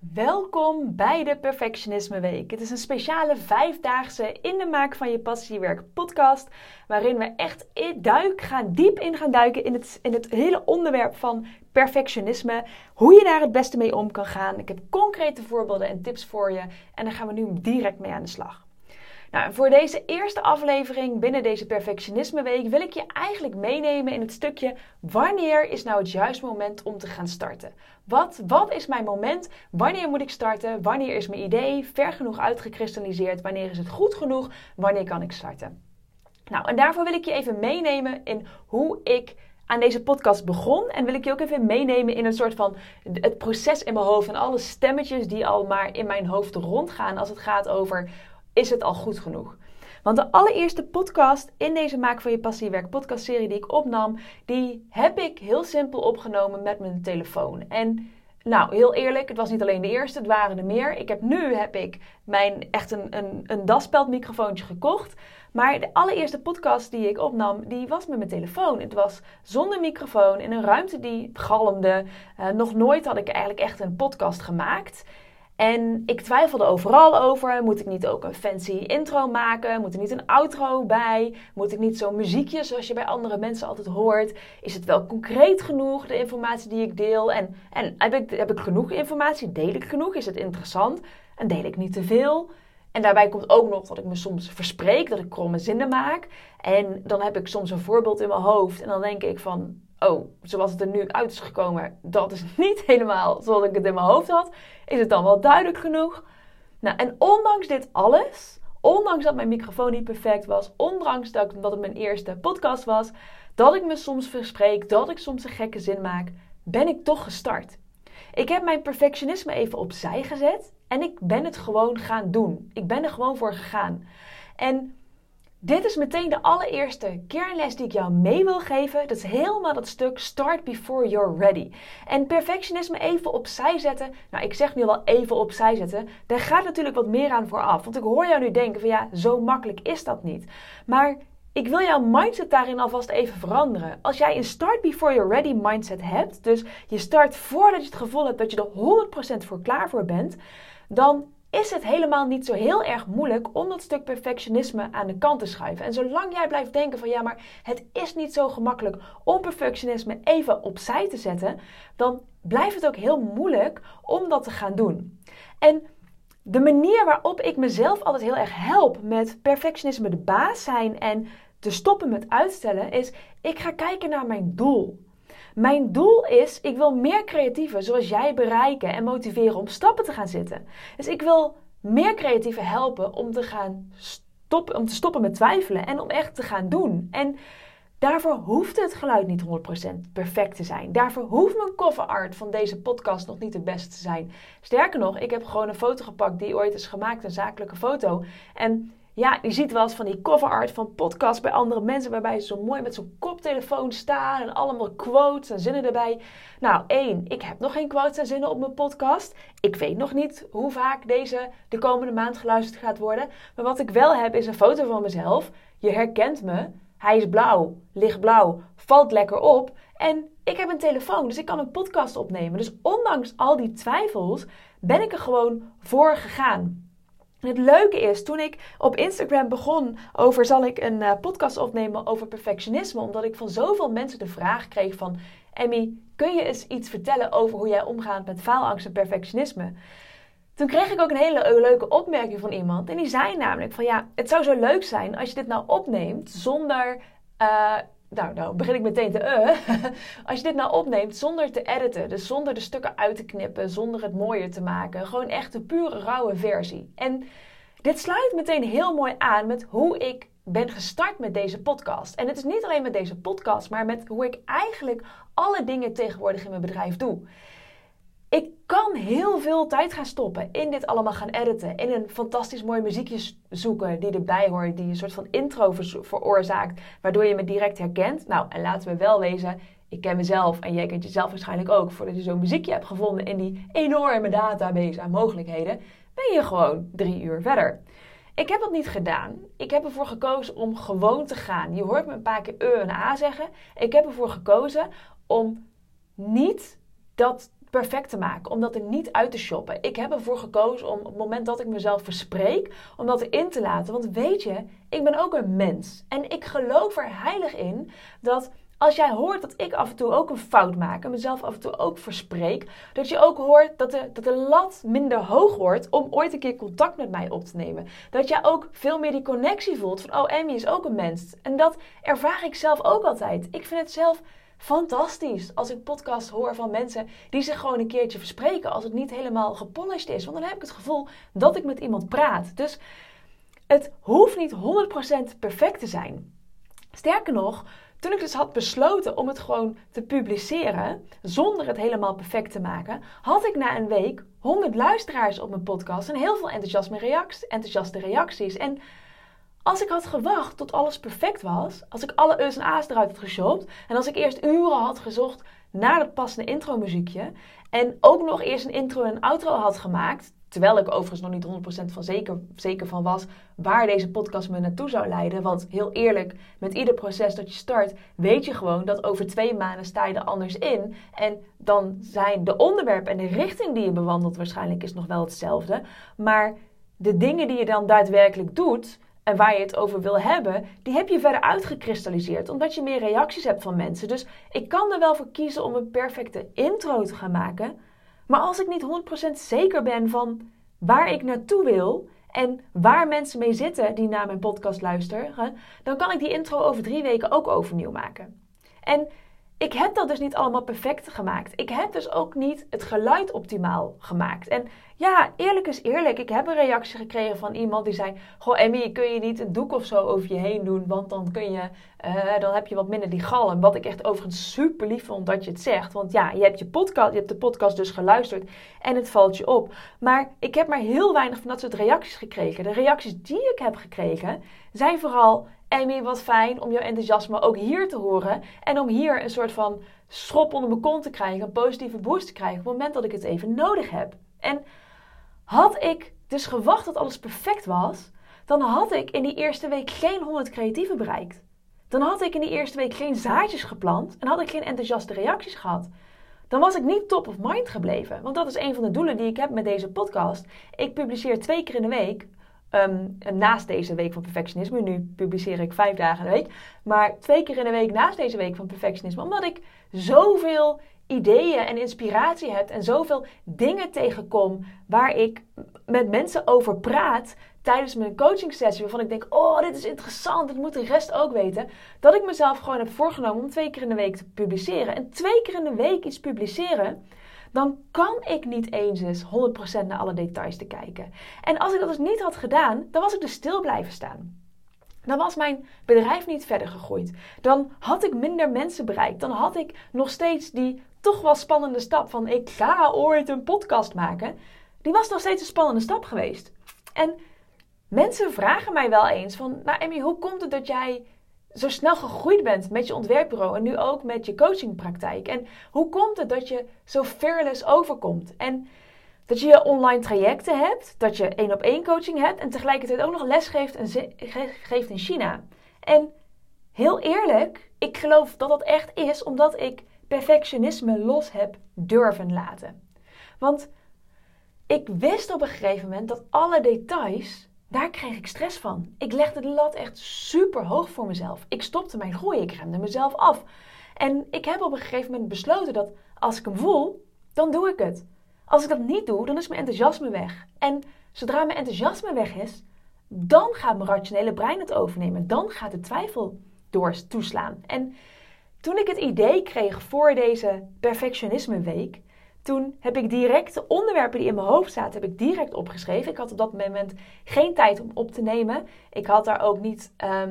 Welkom bij de Perfectionisme Week. Het is een speciale 5-daagse in de Maak van je Passiewerk podcast, waarin we echt diep in gaan duiken in het hele onderwerp van perfectionisme, hoe je daar het beste mee om kan gaan. Ik heb concrete voorbeelden en tips voor je en daar gaan we nu direct mee aan de slag. Nou, voor deze eerste aflevering binnen deze Perfectionisme Week wil ik je eigenlijk meenemen in het stukje: wanneer is nou het juiste moment om te gaan starten? Wat is mijn moment? Wanneer moet ik starten? Wanneer is mijn idee ver genoeg uitgekristalliseerd? Wanneer is het goed genoeg? Wanneer kan ik starten? Nou, en daarvoor wil ik je even meenemen in hoe ik aan deze podcast begon. En wil ik je ook even meenemen in een soort van het proces in mijn hoofd en alle stemmetjes die al maar in mijn hoofd rondgaan als het gaat over: is het al goed genoeg? Want de allereerste podcast in deze Maak van je Passiewerk podcastserie die ik opnam, die heb ik heel simpel opgenomen met mijn telefoon. En nou, heel eerlijk, het was niet alleen de eerste, het waren er meer. Nu heb ik een daspeldmicrofoontje gekocht. Maar de allereerste podcast die ik opnam, die was met mijn telefoon. Het was zonder microfoon in een ruimte die galmde. Nog nooit had ik eigenlijk echt een podcast gemaakt. En ik twijfelde overal over. Moet ik niet ook een fancy intro maken? Moet er niet een outro bij? Moet ik niet zo'n muziekje zoals je bij andere mensen altijd hoort? Is het wel concreet genoeg, de informatie die ik deel? En heb ik genoeg informatie? Deel ik genoeg? Is het interessant? En deel ik niet te veel? En daarbij komt ook nog dat ik me soms verspreek, dat ik kromme zinnen maak. En dan heb ik soms een voorbeeld in mijn hoofd. En dan denk ik van: oh, zoals het er nu uit is gekomen, dat is niet helemaal zoals ik het in mijn hoofd had. Is het dan wel duidelijk genoeg? Nou, en ondanks dit alles, ondanks dat mijn microfoon niet perfect was, ondanks dat het mijn eerste podcast was, dat ik me soms verspreek, dat ik soms een gekke zin maak, ben ik toch gestart. Ik heb mijn perfectionisme even opzij gezet en ik ben het gewoon gaan doen. Ik ben er gewoon voor gegaan. En dit is meteen de allereerste kernles die ik jou mee wil geven. Dat is helemaal dat stuk start before you're ready. En perfectionisme even opzij zetten. Nou, ik zeg nu wel even opzij zetten. Daar gaat natuurlijk wat meer aan vooraf. Want ik hoor jou nu denken van ja, zo makkelijk is dat niet. Maar ik wil jouw mindset daarin alvast even veranderen. Als jij een start before you're ready mindset hebt, dus je start voordat je het gevoel hebt dat je er 100% voor klaar voor bent, dan is het helemaal niet zo heel erg moeilijk om dat stuk perfectionisme aan de kant te schuiven. En zolang jij blijft denken van ja, maar het is niet zo gemakkelijk om perfectionisme even opzij te zetten, dan blijft het ook heel moeilijk om dat te gaan doen. En de manier waarop ik mezelf altijd heel erg help met perfectionisme de baas zijn en te stoppen met uitstellen is: ik ga kijken naar mijn doel. Mijn doel is, ik wil meer creatieven zoals jij bereiken en motiveren om stappen te gaan zetten. Dus ik wil meer creatieven helpen om te stoppen met twijfelen en om echt te gaan doen. En daarvoor hoeft het geluid niet 100% perfect te zijn. Daarvoor hoeft mijn cover art van deze podcast nog niet de beste te zijn. Sterker nog, ik heb gewoon een foto gepakt die ooit is gemaakt, een zakelijke foto. En ja, je ziet wel eens van die cover art van podcasts bij andere mensen, waarbij ze zo mooi met zo'n koptelefoon staan en allemaal quotes en zinnen erbij. Nou, ik heb nog geen quotes en zinnen op mijn podcast. Ik weet nog niet hoe vaak deze de komende maand geluisterd gaat worden. Maar wat ik wel heb is een foto van mezelf. Je herkent me. Hij is blauw, lichtblauw, valt lekker op. En ik heb een telefoon, dus ik kan een podcast opnemen. Dus ondanks al die twijfels ben ik er gewoon voor gegaan. En het leuke is, toen ik op Instagram begon over zal ik een podcast opnemen over perfectionisme, omdat ik van zoveel mensen de vraag kreeg van: Emmy, kun je eens iets vertellen over hoe jij omgaat met faalangst en perfectionisme? Toen kreeg ik ook een hele leuke opmerking van iemand en die zei namelijk van ja, het zou zo leuk zijn als je dit nou opneemt zonder Nou begin ik meteen te Als je dit nou opneemt zonder te editen, dus zonder de stukken uit te knippen, zonder het mooier te maken. Gewoon echt de pure rauwe versie. En dit sluit meteen heel mooi aan met hoe ik ben gestart met deze podcast. En het is niet alleen met deze podcast, maar met hoe ik eigenlijk alle dingen tegenwoordig in mijn bedrijf doe. Ik kan heel veel tijd gaan stoppen in dit allemaal gaan editen. In een fantastisch mooi muziekje zoeken die erbij hoort. Die een soort van intro veroorzaakt. Waardoor je me direct herkent. Nou, en laten we wel wezen. Ik ken mezelf en jij kent jezelf waarschijnlijk ook. Voordat je zo'n muziekje hebt gevonden in die enorme database aan mogelijkheden. Ben je gewoon 3 uur verder. Ik heb dat niet gedaan. Ik heb ervoor gekozen om gewoon te gaan. Je hoort me een paar keer en a zeggen. Ik heb ervoor gekozen om niet dat perfect te maken, om dat er niet uit te shoppen. Ik heb ervoor gekozen om op het moment dat ik mezelf verspreek, om dat erin te laten. Want weet je, ik ben ook een mens. En ik geloof er heilig in dat als jij hoort dat ik af en toe ook een fout maak en mezelf af en toe ook verspreek, dat je ook hoort dat de lat minder hoog wordt om ooit een keer contact met mij op te nemen. Dat jij ook veel meer die connectie voelt van, oh, Amy is ook een mens. En dat ervaar ik zelf ook altijd. Ik vind het zelf fantastisch als ik podcasts hoor van mensen die zich gewoon een keertje verspreken als het niet helemaal gepolished is. Want dan heb ik het gevoel dat ik met iemand praat. Dus het hoeft niet 100% perfect te zijn. Sterker nog, toen ik dus had besloten om het gewoon te publiceren, zonder het helemaal perfect te maken, had ik na een week 100 luisteraars op mijn podcast en heel veel enthousiaste reacties. En als ik had gewacht tot alles perfect was, als ik alle U's en A's eruit had geshopt en als ik eerst uren had gezocht naar het passende intro muziekje en ook nog eerst een intro en een outro had gemaakt, terwijl ik overigens nog niet 100% van zeker van was waar deze podcast me naartoe zou leiden. Want heel eerlijk, met ieder proces dat je start, weet je gewoon dat over 2 maanden sta je er anders in. En dan zijn de onderwerpen en de richting die je bewandelt waarschijnlijk is nog wel hetzelfde. Maar de dingen die je dan daadwerkelijk doet en waar je het over wil hebben, die heb je verder uitgekristalliseerd. Omdat je meer reacties hebt van mensen. Dus ik kan er wel voor kiezen om een perfecte intro te gaan maken. Maar als ik niet 100% zeker ben van waar ik naartoe wil en waar mensen mee zitten die naar mijn podcast luisteren, dan kan ik die intro over 3 weken ook overnieuw maken. En ik heb dat dus niet allemaal perfect gemaakt. Ik heb dus ook niet het geluid optimaal gemaakt. En ja, eerlijk is eerlijk. Ik heb een reactie gekregen van iemand die zei, goh Emmy, kun je niet een doek of zo over je heen doen? Want dan dan heb je wat minder die galm. Wat ik echt overigens super lief vond dat je het zegt. Want ja, je hebt de podcast dus geluisterd en het valt je op. Maar ik heb maar heel weinig van dat soort reacties gekregen. De reacties die ik heb gekregen zijn vooral, Amy, wat fijn om jouw enthousiasme ook hier te horen. En om hier een soort van schop onder mijn kont te krijgen. Een positieve boost te krijgen op het moment dat ik het even nodig heb. En had ik dus gewacht tot alles perfect was, dan had ik in die eerste week geen 100 creatieven bereikt. Dan had ik in die eerste week geen zaadjes geplant en had ik geen enthousiaste reacties gehad. Dan was ik niet top of mind gebleven. Want dat is een van de doelen die ik heb met deze podcast. Ik publiceer 2 keer in de week. Naast deze week van perfectionisme. Nu publiceer ik 5 dagen in de week. Maar 2 keer in de week naast deze week van perfectionisme. Omdat ik zoveel ideeën en inspiratie heb. En zoveel dingen tegenkom waar ik met mensen over praat tijdens mijn coaching sessie. Waarvan ik denk, oh, dit is interessant. Dit moet de rest ook weten. Dat ik mezelf gewoon heb voorgenomen om 2 keer in de week te publiceren. En 2 keer in de week iets publiceren, dan kan ik niet eens 100% naar alle details te kijken. En als ik dat dus niet had gedaan, dan was ik dus stil blijven staan. Dan was mijn bedrijf niet verder gegroeid. Dan had ik minder mensen bereikt. Dan had ik nog steeds die toch wel spannende stap van ik ga ooit een podcast maken. Die was nog steeds een spannende stap geweest. En mensen vragen mij wel eens van, nou Emmy, hoe komt het dat jij zo snel gegroeid bent met je ontwerpbureau en nu ook met je coachingpraktijk? En hoe komt het dat je zo fearless overkomt? En dat je online trajecten hebt, dat je 1-op-1 coaching hebt en tegelijkertijd ook nog les geeft in China. En heel eerlijk, ik geloof dat dat echt is omdat ik perfectionisme los heb durven laten. Want ik wist op een gegeven moment dat alle details, daar kreeg ik stress van. Ik legde de lat echt super hoog voor mezelf. Ik stopte mijn groei, ik remde mezelf af. En ik heb op een gegeven moment besloten dat als ik hem voel, dan doe ik het. Als ik dat niet doe, dan is mijn enthousiasme weg. En zodra mijn enthousiasme weg is, dan gaat mijn rationele brein het overnemen. Dan gaat de twijfel toeslaan. En toen ik het idee kreeg voor deze perfectionisme week, toen heb ik direct de onderwerpen die in mijn hoofd zaten, heb ik direct opgeschreven. Ik had op dat moment geen tijd om op te nemen. Ik had daar ook niet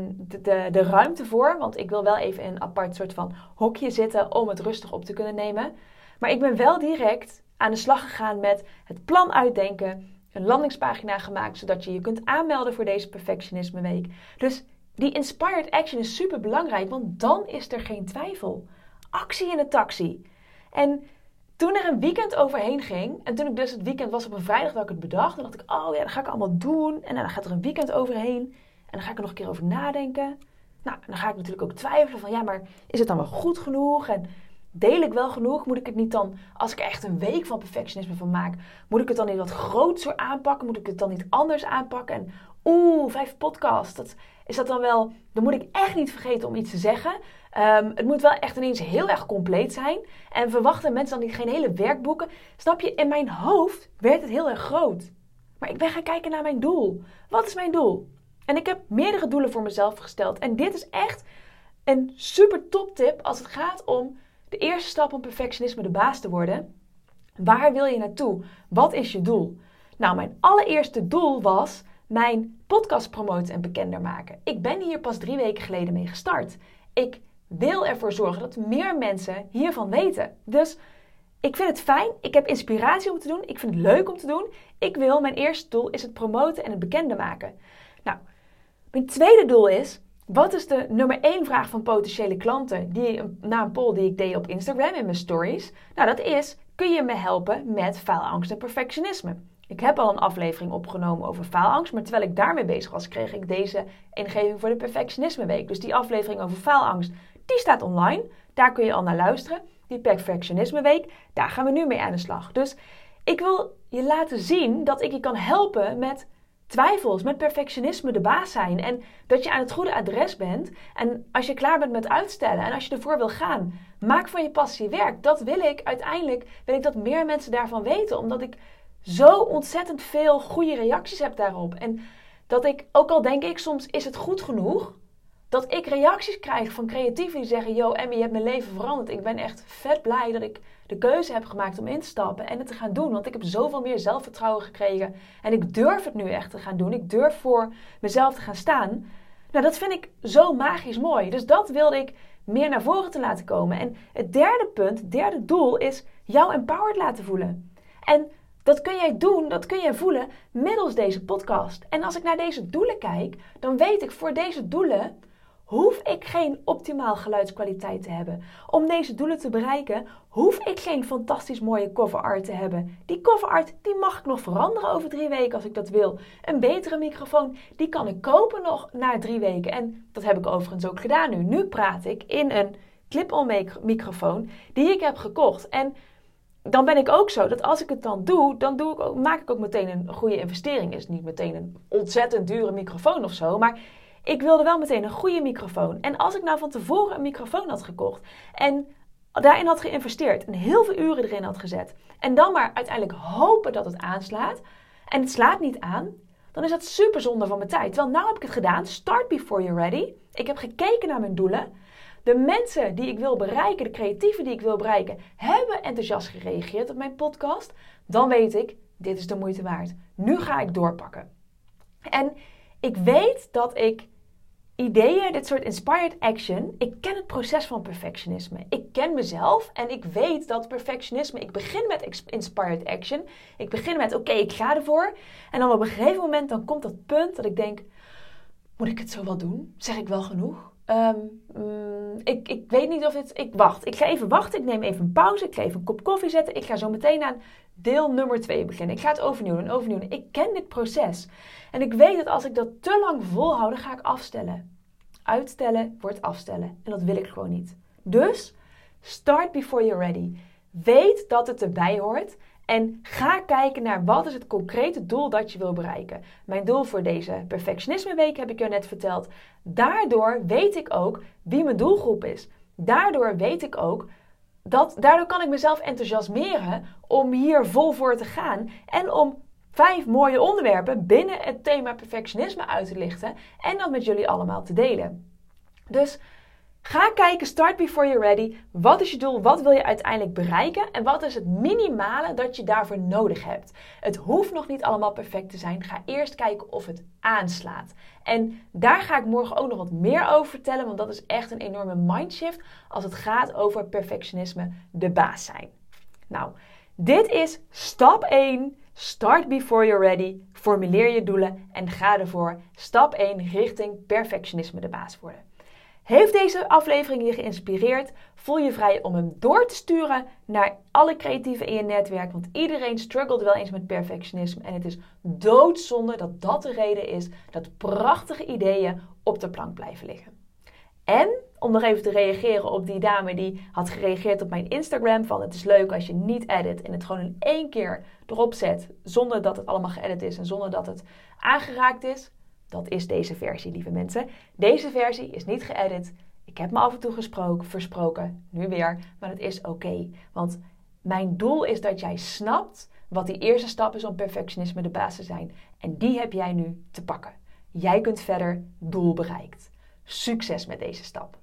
de ruimte voor, want ik wil wel even in een apart soort van hokje zitten om het rustig op te kunnen nemen. Maar ik ben wel direct aan de slag gegaan met het plan uitdenken, een landingspagina gemaakt, zodat je je kunt aanmelden voor deze perfectionisme week. Dus die inspired action is super belangrijk, want dan is er geen twijfel. Actie in de taxi. En toen er een weekend overheen ging, en toen ik dus het weekend was op een vrijdag dat ik het bedacht, dan dacht ik, oh ja, dat ga ik allemaal doen. En dan gaat er een weekend overheen en dan ga ik er nog een keer over nadenken. Nou, dan ga ik natuurlijk ook twijfelen van, ja, maar is het dan wel goed genoeg? En Deel ik wel genoeg? Moet ik het niet dan, als ik er echt een week van perfectionisme van maak, moet ik het dan niet wat groter aanpakken? Moet ik het dan niet anders aanpakken? En 5 podcasts, is dat dan wel, dan moet ik echt niet vergeten om iets te zeggen. Het moet wel echt ineens heel erg compleet zijn. En verwachten mensen dan niet geen hele werkboeken? Snap je, in mijn hoofd werd het heel erg groot. Maar ik ben gaan kijken naar mijn doel. Wat is mijn doel? En ik heb meerdere doelen voor mezelf gesteld. En dit is echt een super top tip als het gaat om de eerste stap om perfectionisme de baas te worden. Waar wil je naartoe? Wat is je doel? Nou, mijn allereerste doel was mijn podcast promoten en bekender maken. Ik ben hier pas 3 weken geleden mee gestart. Ik wil ervoor zorgen dat meer mensen hiervan weten. Dus ik vind het fijn. Ik heb inspiratie om te doen. Ik vind het leuk om te doen. Mijn eerste doel is het promoten en het bekender maken. Nou, mijn tweede doel is, wat is de nummer 1 vraag van potentiële klanten na een poll die ik deed op Instagram in mijn stories? Nou, dat is, kun je me helpen met faalangst en perfectionisme? Ik heb al een aflevering opgenomen over faalangst, maar terwijl ik daarmee bezig was, kreeg ik deze ingeving voor de Perfectionisme Week. Dus die aflevering over faalangst, die staat online. Daar kun je al naar luisteren. Die Perfectionisme Week, daar gaan we nu mee aan de slag. Dus ik wil je laten zien dat ik je kan helpen met twijfels, met perfectionisme de baas zijn. En dat je aan het goede adres bent. En als je klaar bent met uitstellen en als je ervoor wil gaan, maak van je passie werk. Dat wil ik. Uiteindelijk wil ik dat meer mensen daarvan weten. Omdat ik zo ontzettend veel goede reacties heb daarop. En dat ik, ook al denk ik soms, is het goed genoeg? Dat ik reacties krijg van creatieven die zeggen, yo Emmy, je hebt mijn leven veranderd. Ik ben echt vet blij dat ik de keuze heb gemaakt om in te stappen en het te gaan doen. Want ik heb zoveel meer zelfvertrouwen gekregen. En ik durf het nu echt te gaan doen. Ik durf voor mezelf te gaan staan. Nou, dat vind ik zo magisch mooi. Dus dat wilde ik meer naar voren te laten komen. En het derde punt, het derde doel is jou empowered laten voelen. En dat kun jij doen, dat kun jij voelen middels deze podcast. En als ik naar deze doelen kijk, dan weet ik voor deze doelen hoef ik geen optimaal geluidskwaliteit te hebben. Om deze doelen te bereiken, hoef ik geen fantastisch mooie cover art te hebben. Die cover art, die mag ik nog veranderen over 3 weken als ik dat wil. Een betere microfoon, die kan ik kopen nog na 3 weken. En dat heb ik overigens ook gedaan nu. Nu praat ik in een clip-on microfoon die ik heb gekocht. En dan ben ik ook zo dat als ik het dan doe, maak ik ook meteen een goede investering. Is niet meteen een ontzettend dure microfoon of zo, maar ik wilde wel meteen een goede microfoon. En als ik nou van tevoren een microfoon had gekocht en daarin had geïnvesteerd en heel veel uren erin had gezet en dan maar uiteindelijk hopen dat het aanslaat en het slaat niet aan, dan is dat super zonde van mijn tijd. Terwijl nou heb ik het gedaan. Start before you're ready. Ik heb gekeken naar mijn doelen. De mensen die ik wil bereiken, de creatieven die ik wil bereiken, hebben enthousiast gereageerd op mijn podcast. Dan weet ik, dit is de moeite waard. Nu ga ik doorpakken. En ik weet dat ik ideeën, dit soort inspired action, ik ken het proces van perfectionisme. Ik ken mezelf en ik weet dat perfectionisme, ik begin met inspired action. Ik begin met, oké, ik ga ervoor. En dan op een gegeven moment, dan komt dat punt dat ik denk, moet ik het zo wel doen? Zeg ik wel genoeg? Ik weet niet of het... Ik wacht. Ik ga even wachten. Ik neem even een pauze. Ik ga even een kop koffie zetten. Ik ga zo meteen aan deel nummer 2 beginnen. Ik ga het overnieuw. Ik ken dit proces. En ik weet dat als ik dat te lang volhoud, dan ga ik afstellen. Uitstellen wordt afstellen. En dat wil ik gewoon niet. Dus, start before you're ready. Weet dat het erbij hoort. En ga kijken naar wat is het concrete doel dat je wil bereiken. Mijn doel voor deze Perfectionisme Week heb ik je net verteld. Daardoor weet ik ook wie mijn doelgroep is. Daardoor weet ik ook daardoor kan ik mezelf enthousiasmeren om hier vol voor te gaan. En om 5 mooie onderwerpen binnen het thema perfectionisme uit te lichten. En dat met jullie allemaal te delen. Dus ga kijken, start before you're ready. Wat is je doel? Wat wil je uiteindelijk bereiken? En wat is het minimale dat je daarvoor nodig hebt? Het hoeft nog niet allemaal perfect te zijn. Ga eerst kijken of het aanslaat. En daar ga ik morgen ook nog wat meer over vertellen. Want dat is echt een enorme mindshift als het gaat over perfectionisme de baas zijn. Nou, dit is stap 1. Start before you're ready. Formuleer je doelen en ga ervoor. Stap 1 richting perfectionisme de baas worden. Heeft deze aflevering je geïnspireerd? Voel je vrij om hem door te sturen naar alle creatieven in je netwerk. Want iedereen struggelt wel eens met perfectionisme. En het is doodzonde dat de reden is dat prachtige ideeën op de plank blijven liggen. En om nog even te reageren op die dame die had gereageerd op mijn Instagram. Van het is leuk als je niet edit en het gewoon in één keer erop zet. Zonder dat het allemaal geëdit is en zonder dat het aangeraakt is. Dat is deze versie, lieve mensen. Deze versie is niet geëdit. Ik heb me af en toe versproken, nu weer, maar het is oké. Want mijn doel is dat jij snapt wat die eerste stap is om perfectionisme de baas te zijn. En die heb jij nu te pakken. Jij kunt verder, doel bereikt. Succes met deze stap.